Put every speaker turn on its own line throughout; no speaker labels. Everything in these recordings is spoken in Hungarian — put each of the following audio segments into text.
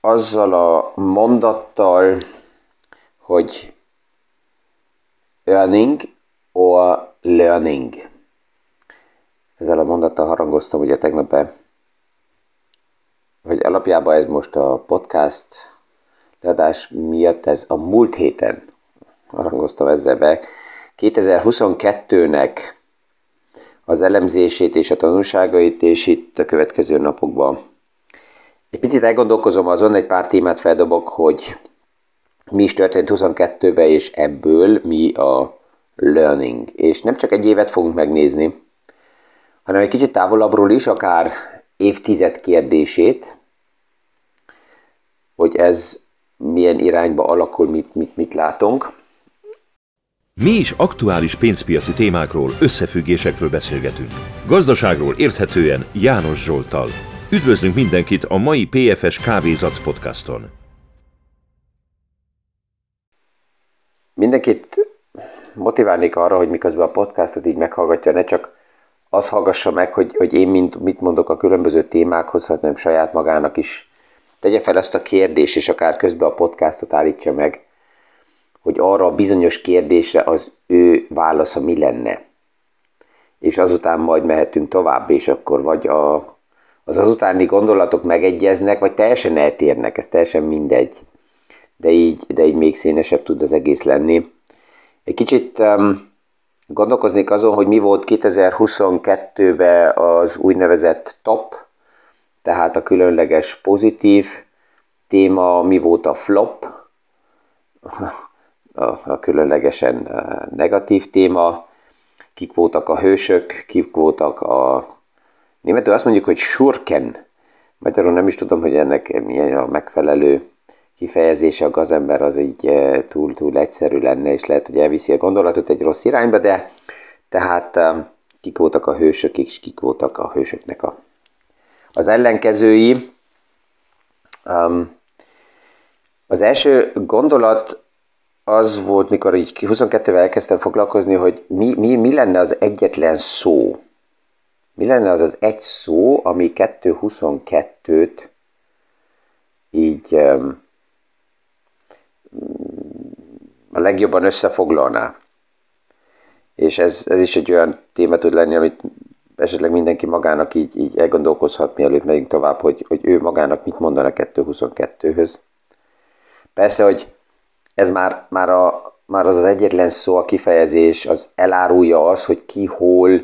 azzal a mondattal, hogy earning or learning. Ezzel a mondattal harangoztam ugye tegnap hogy alapjában ez most a podcast leadás miatt, ez a múlt héten harangoztam ezzel be. 2022-nek az elemzését és a tanulságait, és itt a következő napokban egy picit elgondolkozom azon, egy pár témát feldobok, hogy mi is történt 22-ben, és ebből mi a learning. És nem csak egy évet fogunk megnézni, hanem egy kicsit távolabbról is, akár évtized kérdését, hogy ez milyen irányba alakul, mit látunk.
Mi is aktuális pénzpiaci témákról, összefüggésekről beszélgetünk. Gazdaságról érthetően János Zsolttal. Üdvözlünk mindenkit a mai PFS Kávézac podcaston.
Mindenkit motiválnék arra, hogy miközben a podcastot így meghallgatja, ne csak azt hallgassa meg, hogy én mit mondok a különböző témákhoz, hanem saját magának is tegye fel ezt a kérdést, és akár közben a podcastot állítsa meg, hogy arra a bizonyos kérdésre az ő válasza mi lenne. És azután majd mehetünk tovább, és akkor vagy az azutáni gondolatok megegyeznek, vagy teljesen eltérnek, ez teljesen mindegy. De így még színesebb tud az egész lenni. Egy kicsit gondolkoznék azon, hogy mi volt 2022-ben az úgynevezett top, tehát a különleges pozitív téma, mi volt a flop, a különlegesen negatív téma, kik voltak a hősök, kik voltak németül azt mondjuk, hogy Schurken. Magyarul nem is tudom, hogy ennek milyen a megfelelő kifejezése, a gazember az így túl egyszerű lenne, és lehet, hogy elviszi a gondolatot egy rossz irányba, de tehát kik voltak a hősök, és kik voltak a hősöknek az ellenkezői. Az első gondolat az volt, mikor így 22-vel elkezdtem foglalkozni, hogy mi lenne az egyetlen szó. Mi lenne az egy szó, ami 2022-t így a legjobban összefoglalná. És ez is egy olyan téma tud lenni, amit esetleg mindenki magának így elgondolkozhat, mielőtt megyünk tovább, hogy ő magának mit mondana 2022-höz. Persze, hogy ez már az egyetlen szó, a kifejezés, az elárulja az, hogy ki, hol,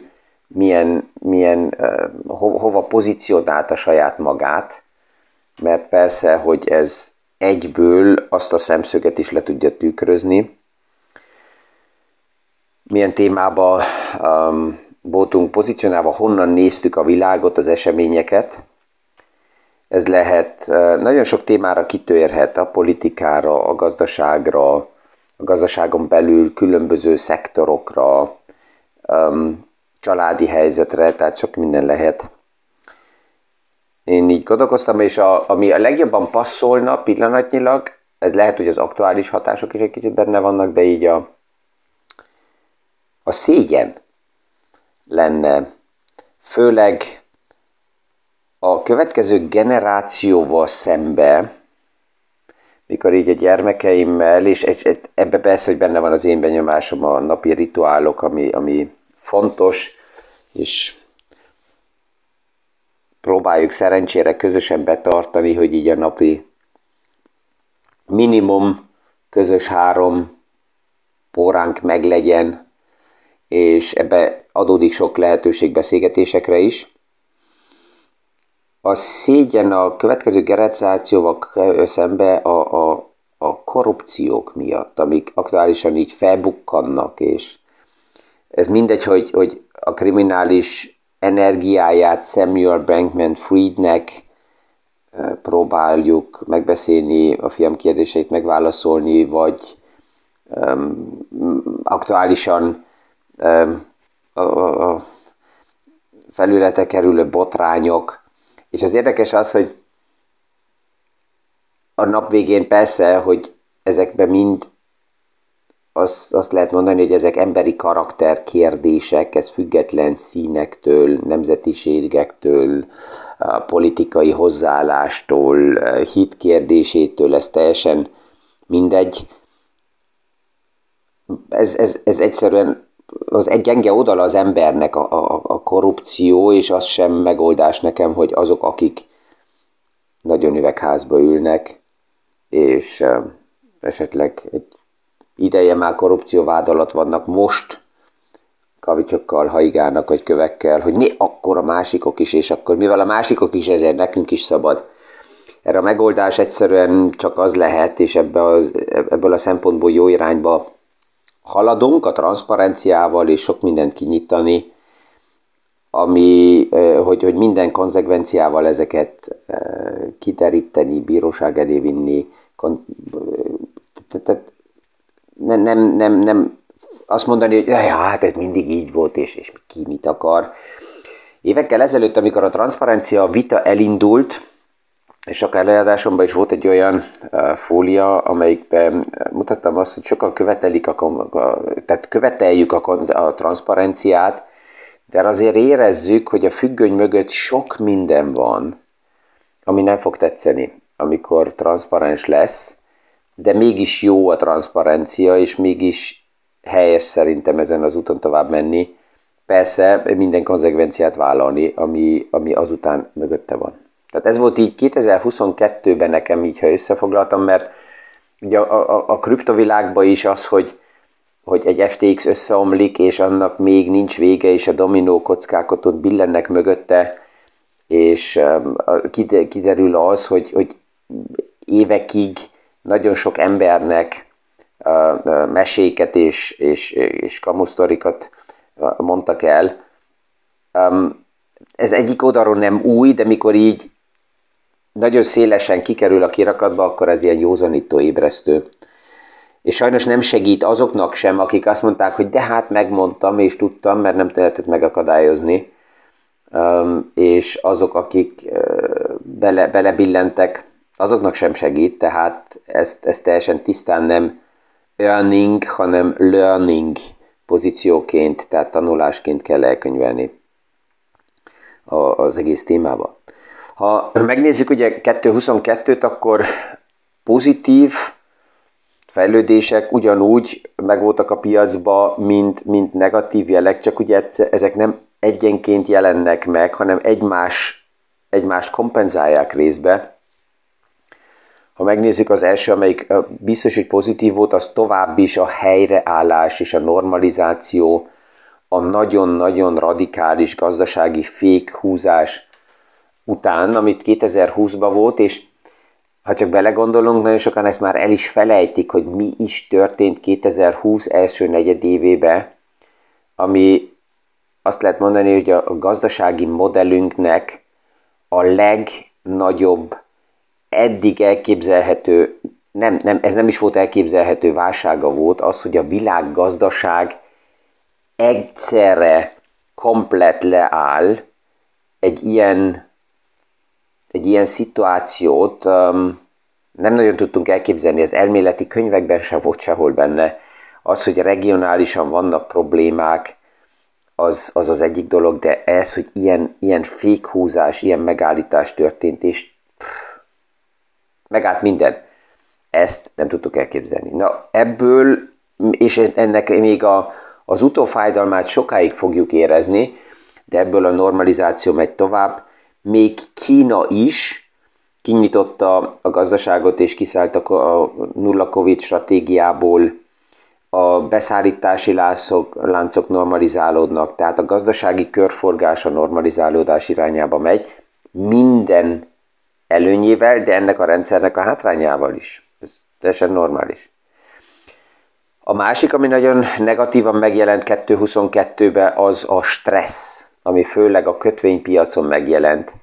hova pozícionálta saját magát, mert persze, hogy ez egyből azt a szemszöget is le tudja tükrözni, milyen témában voltunk pozícionálva, honnan néztük a világot, az eseményeket. Ez lehet, nagyon sok témára kitörhet, a politikára, a gazdaságra, a gazdaságon belül különböző szektorokra, családi helyzetre, tehát sok minden lehet. Én így gondolkoztam, és ami a legjobban passzolna pillanatnyilag, ez lehet, hogy az aktuális hatások is egy kicsit benne vannak, de így a szégyen lenne, főleg a következő generációval szembe, mikor így a gyermekeimmel, és ebbe persze, hogy benne van az én benyomásom, a napi rituálok, ami fontos, és próbáljuk szerencsére közösen betartani, hogy így a napi minimum közös 3 óránk meglegyen, és ebbe adódik sok lehetőség beszélgetésekre is. A szégyen a következő generációval szembe a korrupciók miatt, amik aktuálisan így felbukkannak, és ez mindegy, hogy a kriminális energiáját Samuel Bankman-Friednek próbáljuk megbeszélni, a fiam kérdéseit megválaszolni, vagy aktuálisan a felületre kerülő botrányok. És az érdekes az, hogy a nap végén persze, hogy ezekben mind azt lehet mondani, hogy ezek emberi karakter kérdések, ez független színektől, nemzetiségektől, politikai hozzáállástól, hit kérdésétől, ez teljesen mindegy. Ez egyszerűen az egy gyenge oldala az embernek a korrupció, és az sem megoldás nekem, hogy azok, akik nagyon üvegházba ülnek, és esetleg egy ideje már korrupcióvád alatt vannak, most kavicsokkal haigálnak, vagy kövekkel, hogy akkor a másikok is, és akkor mivel a másikok is, ezért nekünk is szabad. Erre a megoldás egyszerűen csak az lehet, és ebből a szempontból jó irányba haladunk a transzparenciával, és sok mindent kinyitani, hogy minden konzekvenciával ezeket kiteríteni, bíróság elé vinni, nem azt mondani, hogy hát ez mindig így volt, és ki mit akar. Évekkel ezelőtt, amikor a transzparencia vita elindult, és akár előadásomban is volt egy olyan fólia, amelyikben mutattam azt, hogy sokan tehát követeljük a transzparenciát, de azért érezzük, hogy a függöny mögött sok minden van, ami nem fog tetszeni, amikor transzparens lesz, de mégis jó a transzparencia, és mégis helyes szerintem ezen az úton tovább menni. Persze minden konzekvenciát vállalni, ami azután mögötte van. Tehát ez volt így 2022-ben nekem így, ha összefoglaltam, mert ugye a kriptovilágban is az, hogy egy FTX összeomlik, és annak még nincs vége, és a dominó kockák ott billennek mögötte, és kiderül az, hogy évekig nagyon sok embernek meséket és kamusztorikat mondtak el. Ez egyik oldalról nem új, de mikor így nagyon szélesen kikerül a kirakatba, akkor ez ilyen józanító, ébresztő. És sajnos nem segít azoknak sem, akik azt mondták, hogy de hát megmondtam és tudtam, mert nem lehetett megakadályozni. És azok, akik belebillentek, azoknak sem segít, tehát ezt teljesen tisztán nem earning, hanem learning pozícióként, tehát tanulásként kell elkönyvelni az egész témába. Ha megnézzük ugye 2022-t, akkor pozitív fejlődések ugyanúgy megvoltak a piacba, mint negatív jelek, csak ugye ezek nem egyenként jelennek meg, hanem egymást kompenzálják részbe. Ha megnézzük az első, amelyik biztos, hogy pozitív volt, az tovább is a helyreállás és a normalizáció, a nagyon-nagyon radikális gazdasági fékhúzás után, amit 2020-ban volt, és ha csak belegondolunk, nagyon sokan ezt már el is felejtik, hogy mi is történt 2020 első negyedévében, ami azt lehet mondani, hogy a gazdasági modellünknek a legnagyobb, eddig elképzelhető, ez nem is volt elképzelhető válsága volt, az, hogy a világgazdaság egyszerre komplett leáll. Egy ilyen szituációt nem nagyon tudtunk elképzelni, az elméleti könyvekben sem volt sehol benne. Az, hogy regionálisan vannak problémák, az egyik dolog, de ez, hogy ilyen fékhúzás, ilyen megállítás történt, és megállt minden. Ezt nem tudtuk elképzelni. Na ebből, és ennek még az utófájdalmát sokáig fogjuk érezni, de ebből a normalizáció megy tovább. Még Kína is kinyitotta a gazdaságot, és kiszállt a nulla Covid stratégiából, a beszállítási láncok normalizálódnak, tehát a gazdasági körforgás a normalizálódás irányába megy, minden előnyével, de ennek a rendszernek a hátrányával is. Ez teljesen normális. A másik, ami nagyon negatívan megjelent 2022-ben, az a stressz, ami főleg a kötvénypiacon megjelent,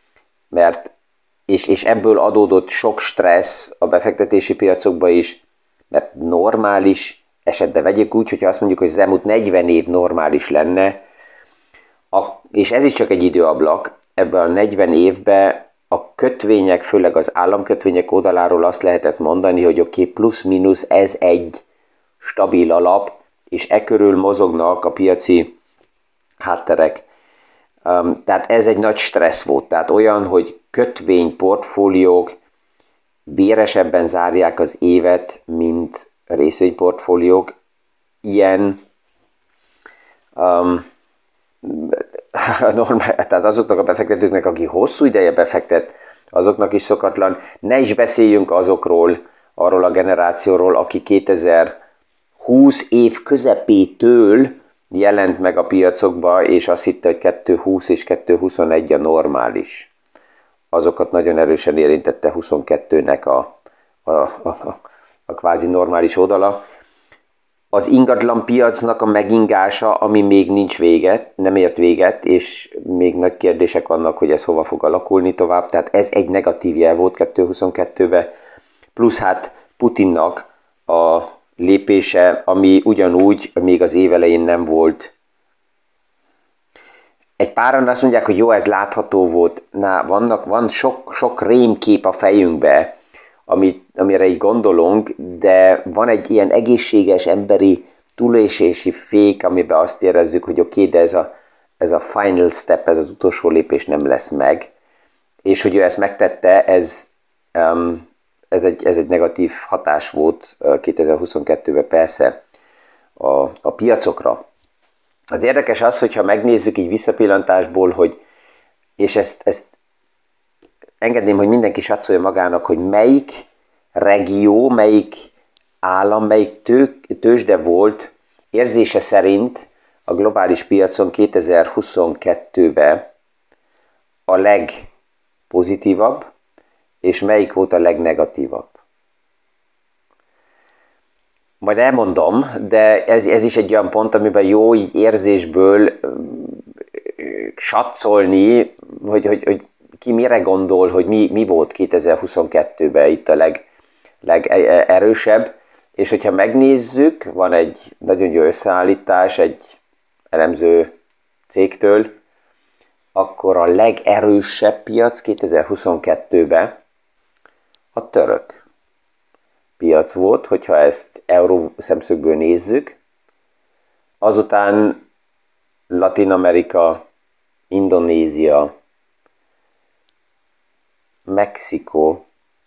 és ebből adódott sok stressz a befektetési piacokban is, mert normális esetben vegyük úgy, hogyha azt mondjuk, hogy az elmúlt 40 év normális lenne, és ez is csak egy időablak, ebben a 40 évben a kötvények, főleg az államkötvények oldaláról azt lehetett mondani, hogy oké, plusz-minusz ez egy stabil alap, és e körül mozognak a piaci hátterek. Tehát ez egy nagy stressz volt. Tehát olyan, hogy kötvényportfóliók véresebben zárják az évet, mint részvényportfóliók. Ilyen tehát azoknak a befektetőknek, aki hosszú ideje befektet, azoknak is szokatlan. Ne is beszéljünk arról a generációról, aki 2020 év közepétől jelent meg a piacokba, és azt hitte, hogy 2020 és 2021 a normális. Azokat nagyon erősen érintette 22-nek a kvázi normális oldala. Az ingatlan piacnak a megingása, ami még nincs véget, nem ért véget, és még nagy kérdések vannak, hogy ez hova fog alakulni tovább. Tehát ez egy negatív jel volt 2022-ben, plusz hát Putinnak a lépése, ami ugyanúgy még az év elején nem volt. Egy páran azt mondják, hogy jó, ez látható volt. Van sok rémkép a fejünkbe, amire így gondolunk, de van egy ilyen egészséges emberi túlélési fék, amiben azt érezzük, hogy oké, de ez a final step, ez az utolsó lépés nem lesz meg. És hogy ő ezt megtette, ez egy negatív hatás volt 2022-ben persze a piacokra. Az érdekes az, hogyha megnézzük így visszapillantásból, és ezt engedném, hogy mindenki satszolja magának, hogy melyik regió, melyik állam, melyik tőzsde volt érzése szerint a globális piacon 2022-ben a legpozitívabb, és melyik volt a legnegatívabb. Majd elmondom, de ez is egy olyan pont, amiben jó így érzésből satszolni, hogy ki mire gondol, hogy mi volt 2022-ben itt a legerősebb, és hogyha megnézzük, van egy nagyon jó összeállítás egy elemző cégtől, akkor a legerősebb piac 2022-ben a török piac volt, hogyha ezt euró szemszögből nézzük. Azután Latin Amerika, Indonézia, Mexikó,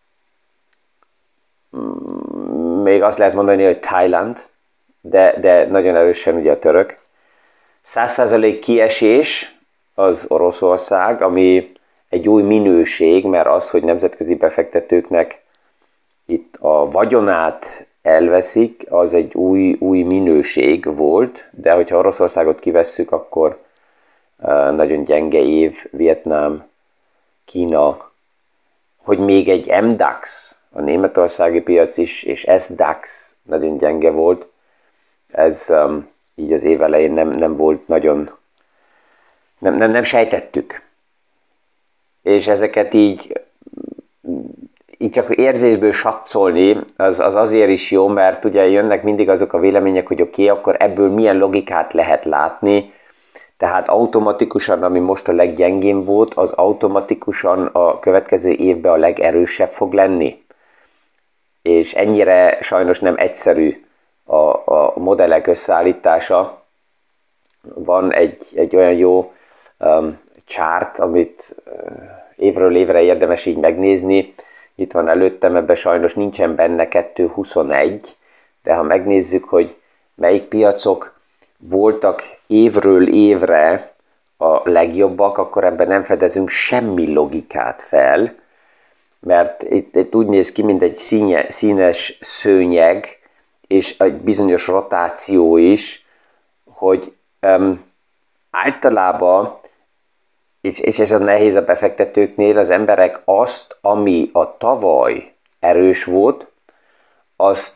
még azt lehet mondani, hogy Thailand, de nagyon erősen ugye a török. 100% kiesés az Oroszország, ami egy új minőség, mert az, hogy nemzetközi befektetőknek itt a vagyonát elveszik, az egy új minőség volt, de hogyha Oroszországot kivesszük, akkor nagyon gyenge év, Vietnám, Kína, hogy még egy MDAX, a németországi piac is, és SDAX nagyon gyenge volt. Ez így az év elején nem volt nagyon, nem sejtettük. És ezeket így csak érzésből satszolni, az azért is jó, mert ugye jönnek mindig azok a vélemények, hogy oké, akkor ebből milyen logikát lehet látni, tehát automatikusan, ami most a leggyengébb volt, az automatikusan a következő évben a legerősebb fog lenni. És ennyire sajnos nem egyszerű a modellek összeállítása. Van egy olyan jó chart, amit évről évre érdemes így megnézni. Itt van előttem, ebben sajnos nincsen benne 2021, de ha megnézzük, hogy melyik piacok voltak évről évre a legjobbak, akkor ebben nem fedezünk semmi logikát fel, mert itt úgy néz ki, mint egy színes szőnyeg, és egy bizonyos rotáció is, hogy általában, és ez a nehéz a befektetőknél, az emberek azt, ami a tavaly erős volt, azt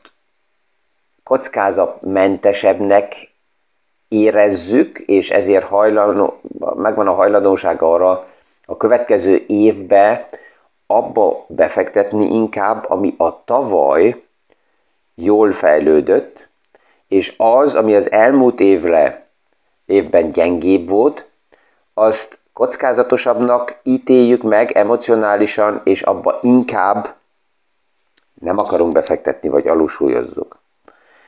kockázatmentesebbnek érezzük, és ezért megvan a hajlandóság arra a következő évbe abba befektetni inkább, ami a tavaly jól fejlődött, és az, ami az elmúlt évben gyengébb volt, azt kockázatosabbnak ítéljük meg emocionálisan, és abba inkább nem akarunk befektetni, vagy alulsúlyozzuk.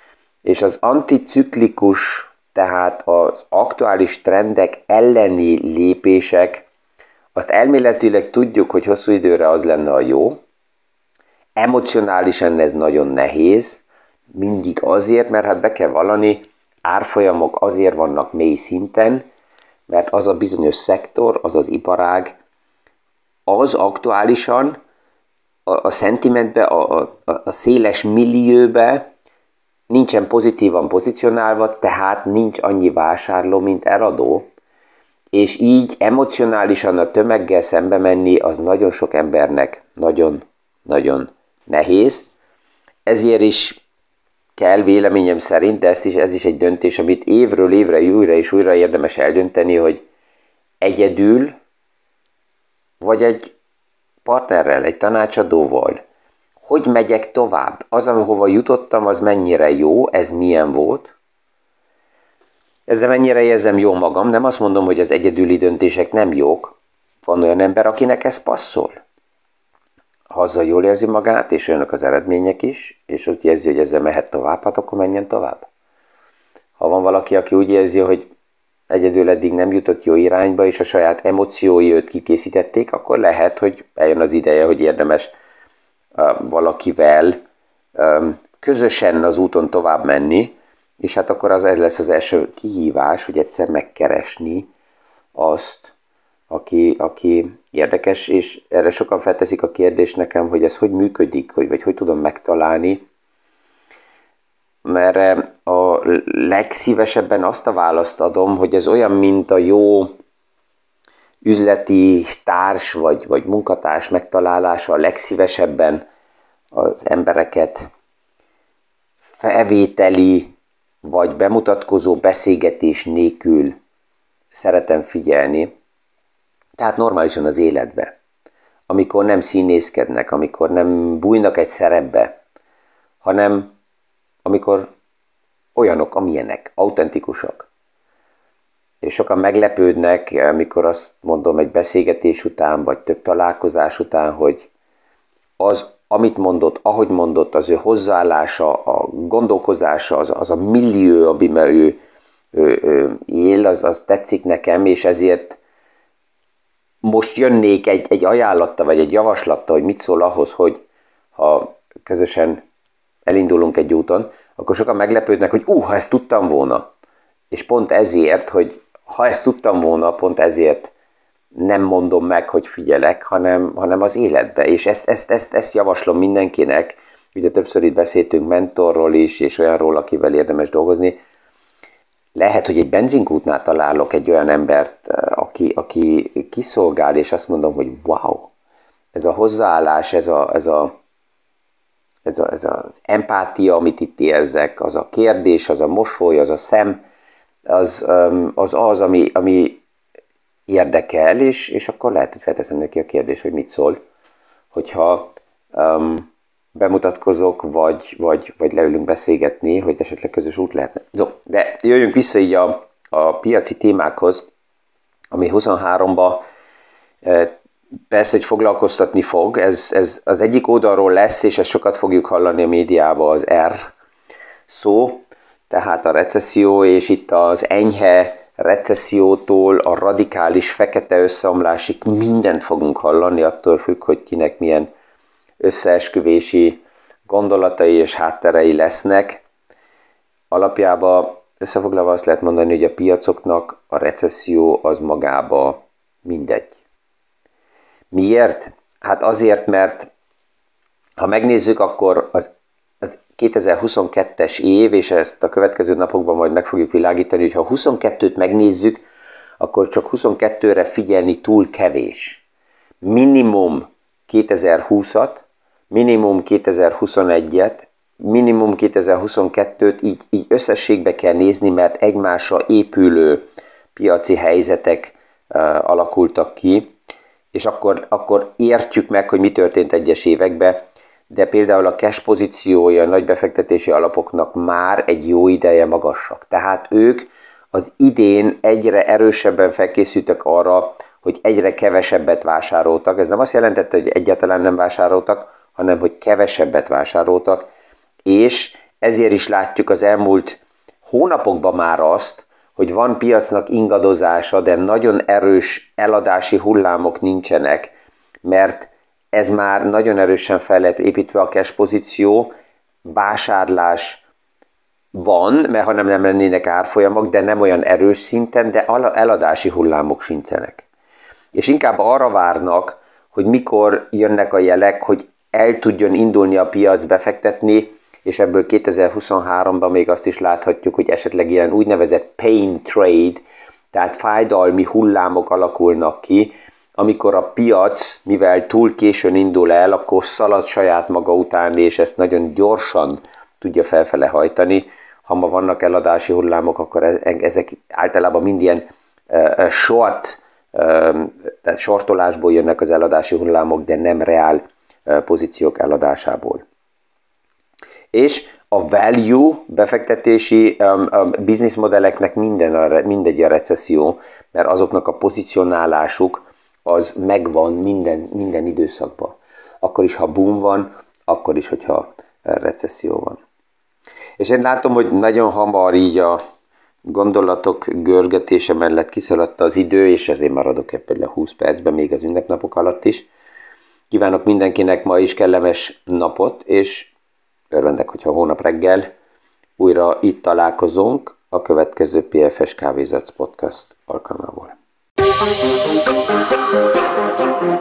És az anticiklikus, tehát az aktuális trendek elleni lépések, azt elméletileg tudjuk, hogy hosszú időre az lenne a jó. Emocionálisan ez nagyon nehéz, mindig azért, mert hát be kell vallani, árfolyamok azért vannak mély szinten, mert az a bizonyos szektor, az az iparág, az aktuálisan a szentimentbe, a széles millióbe nincsen pozitívan pozicionálva, tehát nincs annyi vásárló, mint eladó, és így emocionálisan a tömeggel szembe menni, az nagyon sok embernek nagyon-nagyon nehéz. Ezért is kell véleményem szerint, de ez is egy döntés, amit évről évre újra és újra érdemes eldönteni, hogy egyedül, vagy egy partnerrel, egy tanácsadóval, hogy megyek tovább? Az, ahova jutottam, az mennyire jó, ez milyen volt? Ezzel mennyire érzem jó magam, nem azt mondom, hogy az egyedüli döntések nem jók. Van olyan ember, akinek ez passzol. Ha azzal jól érzi magát, és olyanok az eredmények is, és úgy érzi, hogy ezzel mehet tovább, hát akkor menjen tovább. Ha van valaki, aki úgy érzi, hogy egyedül eddig nem jutott jó irányba, és a saját emóciói őt kikészítették, akkor lehet, hogy eljön az ideje, hogy érdemes valakivel közösen az úton tovább menni, és hát akkor ez lesz az első kihívás, hogy egyszer megkeresni azt, aki érdekes, és erre sokan felteszik a kérdést nekem, hogy ez hogy működik, vagy hogy tudom megtalálni, mert a legszívesebben azt a választ adom, hogy ez olyan, mint a jó üzleti társ vagy munkatárs megtalálása, a legszívesebben az embereket felvételi vagy bemutatkozó beszélgetés nélkül szeretem figyelni. Tehát normálisan az életbe, amikor nem színészkednek, amikor nem bújnak egy szerepbe, hanem amikor olyanok, amilyenek, autentikusak. És sokan meglepődnek, amikor azt mondom egy beszélgetés után, vagy több találkozás után, hogy az, amit mondott, ahogy mondott, az ő hozzáállása, a gondolkozása, az a millió, amiben ő él, az tetszik nekem, és ezért most jönnék egy ajánlatta, vagy egy javaslatta, hogy mit szól ahhoz, hogy ha közösen elindulunk egy úton, akkor sokan meglepődnek, hogy ha ezt tudtam volna. És pont ezért, hogy ha ezt tudtam volna, pont ezért nem mondom meg, hogy figyelek, hanem az életbe. És ezt javaslom mindenkinek. Ugye többször itt beszéltünk mentorról is, és olyanról, akivel érdemes dolgozni. Lehet, hogy egy benzinkútnál találok egy olyan embert, aki kiszolgál, és azt mondom, hogy wow, ez a hozzáállás, ez az empátia, amit itt érzek, az a kérdés, az a mosoly, az a szem, az ami érdekel, és akkor lehet, hogy felteszem neki a kérdés, hogy mit szól, hogyha bemutatkozok, vagy leülünk beszélgetni, hogy esetleg közös út lehetne. De jöjjünk vissza így a piaci témákhoz, ami 23-ban persze, hogy foglalkoztatni fog. Ez az egyik oldalról lesz, és ezt sokat fogjuk hallani a médiában, az R szó, tehát a recesszió, és itt az enyhe recessziótól a radikális fekete összeomlásig mindent fogunk hallani, attól függ, hogy kinek milyen összeesküvési gondolatai és hátterei lesznek. Alapjában összefoglalva azt lehet mondani, hogy a piacoknak a recesszió az magába mindegy. Miért? Hát azért, mert ha megnézzük, akkor az 2022-es év, és ezt a következő napokban majd meg fogjuk világítani, hogy ha 22-t megnézzük, akkor csak 22-re figyelni túl kevés. Minimum 2020-at, minimum 2021-et, minimum 2022-t így összességbe kell nézni, mert egymásra épülő piaci helyzetek alakultak ki, és akkor értjük meg, hogy mi történt egyes években, de például a cash pozíciója a nagy befektetési alapoknak már egy jó ideje magasak. Tehát ők az idén egyre erősebben felkészültek arra, hogy egyre kevesebbet vásároltak. Ez nem azt jelentette, hogy egyáltalán nem vásároltak, hanem hogy kevesebbet vásároltak, és ezért is látjuk az elmúlt hónapokban már azt, hogy van piacnak ingadozása, de nagyon erős eladási hullámok nincsenek, mert ez már nagyon erősen fel lett építve a cash pozíció, vásárlás van, mert ha nem lennének árfolyamok, de nem olyan erős szinten, de eladási hullámok sincsenek. És inkább arra várnak, hogy mikor jönnek a jelek, hogy el tudjon indulni a piac befektetni, és ebből 2023-ban még azt is láthatjuk, hogy esetleg ilyen úgynevezett pain trade, tehát fájdalmi hullámok alakulnak ki, amikor a piac, mivel túl későn indul el, akkor szalad saját maga után, és ezt nagyon gyorsan tudja felfele hajtani. Ha ma vannak eladási hullámok, akkor ezek általában mind ilyen tehát sortolásból jönnek az eladási hullámok, de nem reál pozíciók eladásából. És a value befektetési bizniszmodelleknek mindegy a recesszió, mert azoknak a pozicionálásuk az megvan minden időszakban. Akkor is, ha boom van, akkor is, hogyha recesszió van. És én látom, hogy nagyon hamar így a gondolatok görgetése mellett kiszaladta az idő, és ezért maradok ebből a 20 percben még az ünnepnapok alatt is. Kívánok mindenkinek ma is kellemes napot, és örvendek, hogyha hónap reggel újra itt találkozunk a következő PFS Kávézac Podcast alkalmából.